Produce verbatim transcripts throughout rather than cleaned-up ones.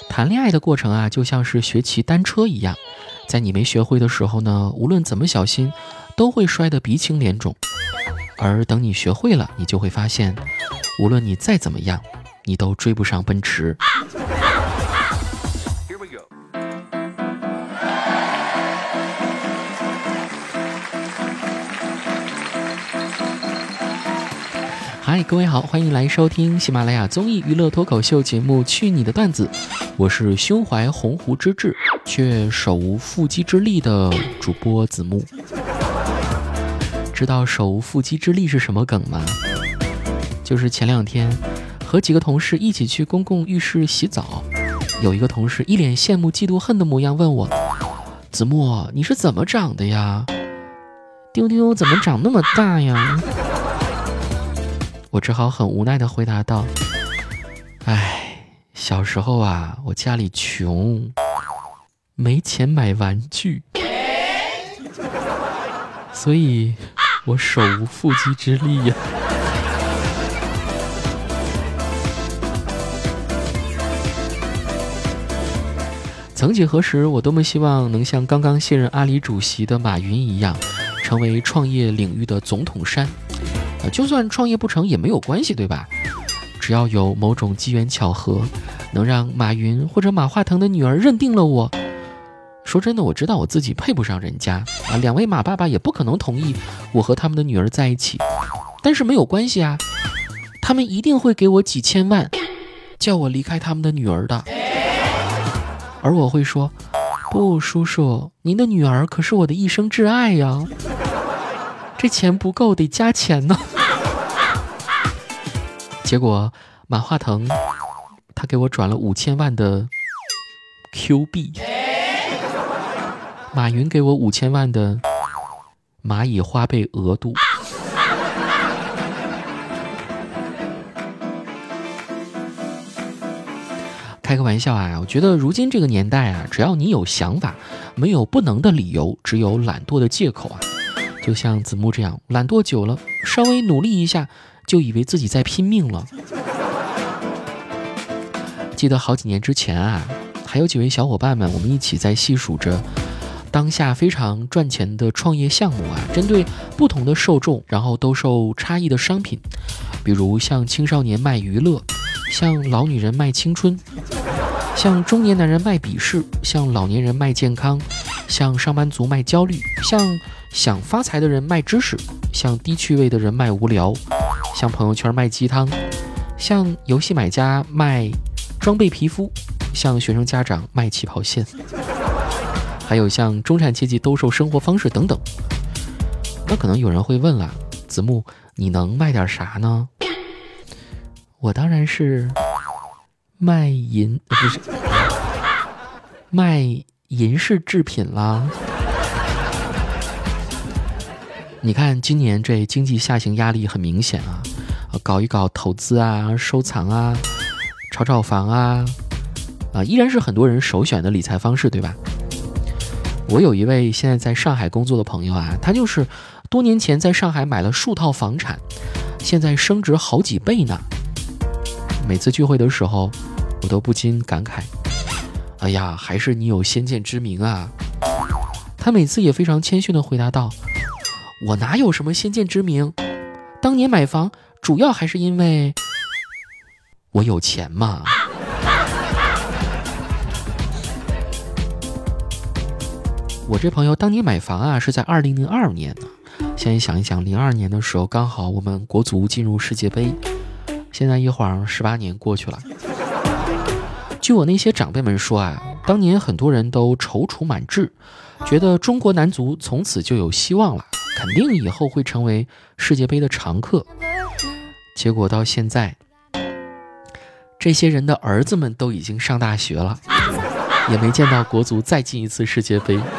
谈恋爱的过程啊，就像是学骑单车一样，在你没学会的时候呢，无论怎么小心，都会摔得鼻青脸肿。而等你学会了，你就会发现，无论你再怎么样，你都追不上奔驰。嗨，各位好，欢迎来收听喜马拉雅综艺娱乐脱口秀节目《去你的段子》，我是胸怀鸿鹄之志却手无缚鸡之力的主播子木。知道手无缚鸡之力是什么梗吗？就是前两天和几个同事一起去公共浴室洗澡，有一个同事一脸羡慕嫉妒恨的模样问我，子木，你是怎么长的呀？丢丢怎么长那么大呀？我只好很无奈地回答道，唉，小时候啊，我家里穷，没钱买玩具，所以我手无缚鸡之力呀。曾几何时，我多么希望能像刚刚卸任阿里主席的马云一样，成为创业领域的总统山。就算创业不成也没有关系，对吧？只要有某种机缘巧合，能让马云或者马化腾的女儿认定了我。说真的，我知道我自己配不上人家啊，两位马爸爸也不可能同意我和他们的女儿在一起。但是没有关系啊，他们一定会给我几千万，叫我离开他们的女儿的。而我会说，不，叔叔，您的女儿可是我的一生挚爱呀。这钱不够，得加钱呢。结果马化腾他给我转了五千万的 Q 币，马云给我五千万的蚂蚁花呗额度。开个玩笑啊，我觉得如今这个年代啊，只要你有想法，没有不能的理由，只有懒惰的借口啊。就像子木这样，懒惰久了，稍微努力一下，就以为自己在拼命了。记得好几年之前啊，还有几位小伙伴们，我们一起在细数着当下非常赚钱的创业项目啊，针对不同的受众，然后兜售差异的商品，比如像青少年卖娱乐，像老女人卖青春，像中年男人卖鄙视，像老年人卖健康，像上班族卖焦虑，像想发财的人卖知识，像低趣味的人卖无聊，像朋友圈卖鸡汤，像游戏买家卖装备皮肤，像学生家长卖起跑线，还有像中产阶级兜售生活方式等等。那可能有人会问了，子木，你能卖点啥呢？我当然是卖银，不是卖银饰制品啦。你看今年这经济下行压力很明显啊，搞一搞投资啊，收藏啊，炒炒房啊，啊，依然是很多人首选的理财方式，对吧？我有一位现在在上海工作的朋友啊，他就是多年前在上海买了数套房产，现在升值好几倍呢。每次聚会的时候，我都不禁感慨，哎呀，还是你有先见之明啊。他每次也非常谦逊地回答道，我哪有什么先见之明，当年买房主要还是因为我有钱嘛。我这朋友当年买房啊，是在二零零二年呢。现在想一想，零二年的时候刚好我们国足进入世界杯，现在一晃十八年过去了。据我那些长辈们说啊，当年很多人都踌躇满志，觉得中国男足从此就有希望了，肯定以后会成为世界杯的常客。结果到现在，这些人的儿子们都已经上大学了，也没见到国足再进一次世界杯。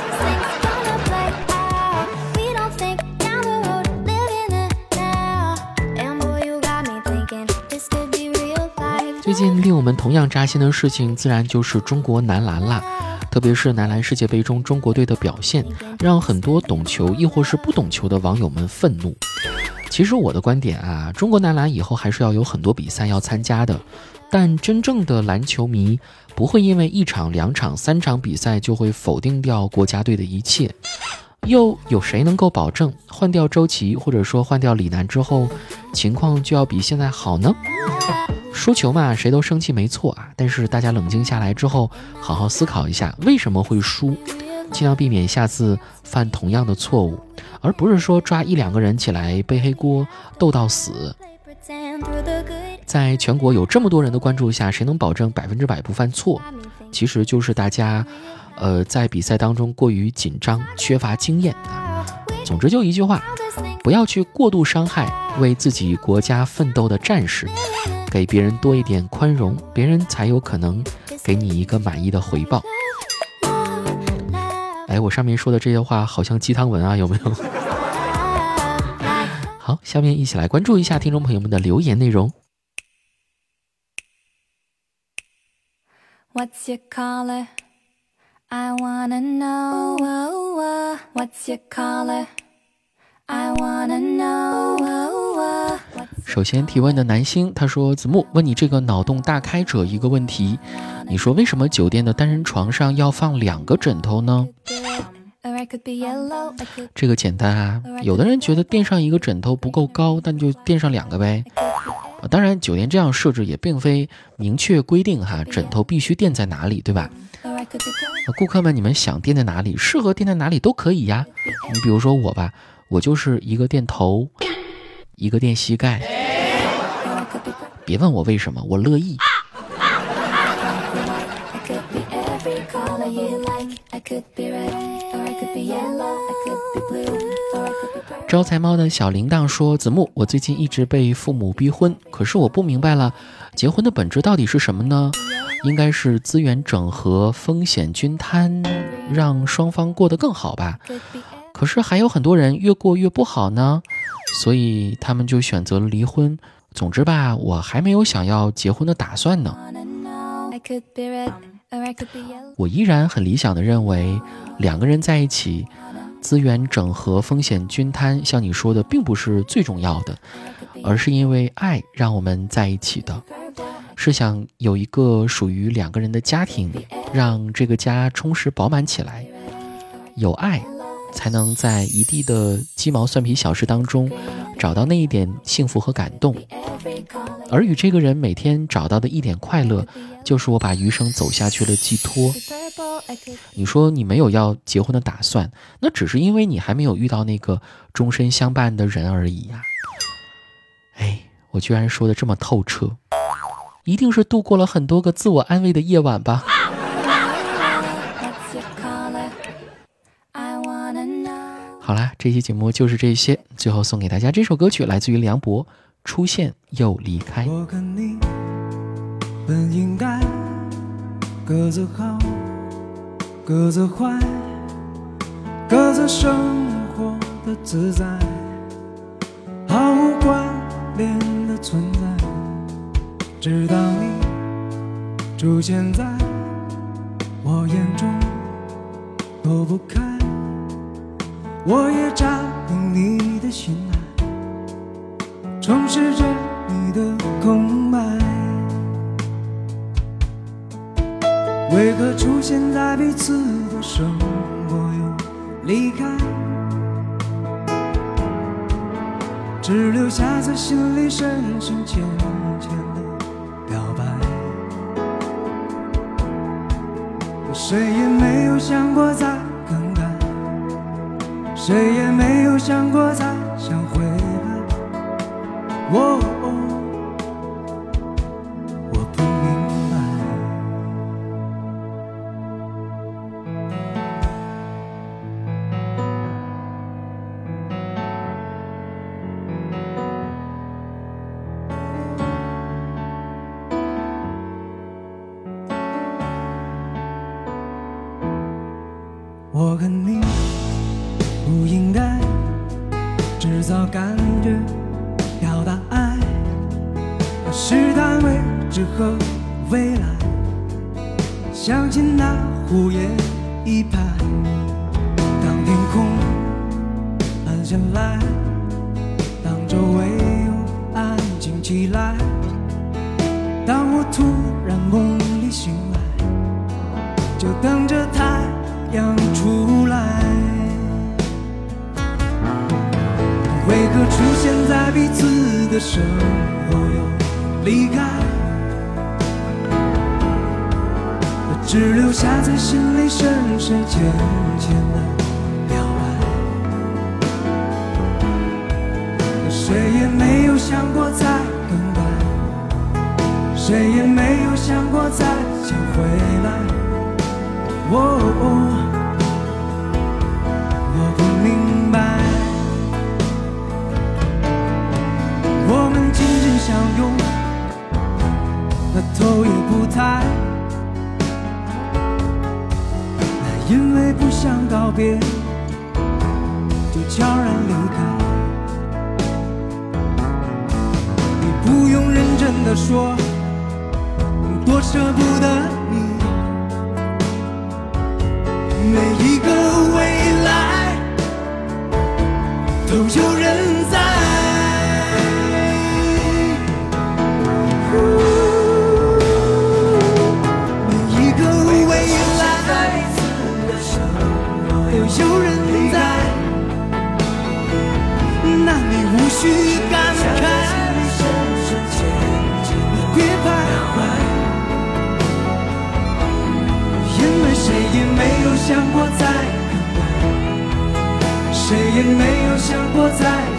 最近令我们同样扎心的事情，自然就是中国男篮啦。特别是男篮世界杯中中国队的表现，让很多懂球亦或是不懂球的网友们愤怒。其实我的观点啊，中国男篮以后还是要有很多比赛要参加的， 但真正的篮球迷不会因为一场、两场、三场比赛就会否定掉国家队的一切。又有谁能够保证换掉周琦或者说换掉李楠之后，情况就要比现在好呢？输球嘛，谁都生气没错啊，但是大家冷静下来之后，好好思考一下为什么会输，尽量避免下次犯同样的错误，而不是说抓一两个人起来背黑锅斗到死。在全国有这么多人的关注下，谁能保证百分之百不犯错？其实就是大家呃，在比赛当中过于紧张，缺乏经验啊。总之就一句话，不要去过度伤害为自己国家奋斗的战士，给别人多一点宽容，别人才有可能给你一个满意的回报。哎，我上面说的这些话好像鸡汤文啊，有没有？好，下面一起来关注一下听众朋友们的留言内容。What's your color? I wanna know. What's your color? I wanna know. 首先提问的男星他说，子木，问你这个脑洞大开者一个问题，你说为什么酒店的单人床上要放两个枕头呢？这个简单啊，有的人觉得垫上一个枕头不够高，那就垫上两个呗。当然酒店这样设置也并非明确规定哈，枕头必须垫在哪里，对吧？顾客们你们想垫在哪里，适合垫在哪里都可以呀。你比如说我吧，我就是一个垫头，一个垫膝盖，别问我为什么，我乐意。招财猫的小铃铛说，子木，我最近一直被父母逼婚，可是我不明白了，结婚的本质到底是什么呢？应该是资源整合，风险均摊，让双方过得更好吧。可是还有很多人越过越不好呢，所以他们就选择了离婚。总之吧，我还没有想要结婚的打算呢。我依然很理想的认为，两个人在一起，资源整合，风险均摊，像你说的并不是最重要的，而是因为爱让我们在一起的，是想有一个属于两个人的家庭，让这个家充实饱满起来。有爱才能在一地的鸡毛蒜皮小事当中找到那一点幸福和感动，而与这个人每天找到的一点快乐，就是我把余生走下去的寄托。你说你没有要结婚的打算，那只是因为你还没有遇到那个终身相伴的人而已呀。哎，我居然说的这么透彻，一定是度过了很多个自我安慰的夜晚吧。好啦，这期节目就是这些，最后送给大家这首歌曲，来自于梁博，出现又离开。 我跟你本应该各自好各自坏，各自生活的自在，毫无关联的存在，直到你出现在我眼中躲不开，我也占领你的心爱，充实着你的空白。为何出现在彼此的生活又离开，只留下在心里深深浅浅的表白。谁也没有想过再更改，谁也没有想过再想回来。我我不明白。我跟你不应该制造感觉，表达爱，试探未知和未来，相信那胡言一拍。当天空暗下来，当周围又安静起来， 当我突然梦里醒来，就等着太阳出来。为何出现在彼此的生活又离开，只留下在心里深深浅浅的了白。谁也没有想过再更改，谁也没有想过再想回来。哦哦，我不明白，我们紧紧相拥，那头也不抬，那因为不想告别，就悄然离开。你不用认真地说，多舍不得你。每一个未来都有人在，每一个未来都有人在，那你无需感慨，你别徘徊，因为谁也没有想过再更改，谁也没有想过再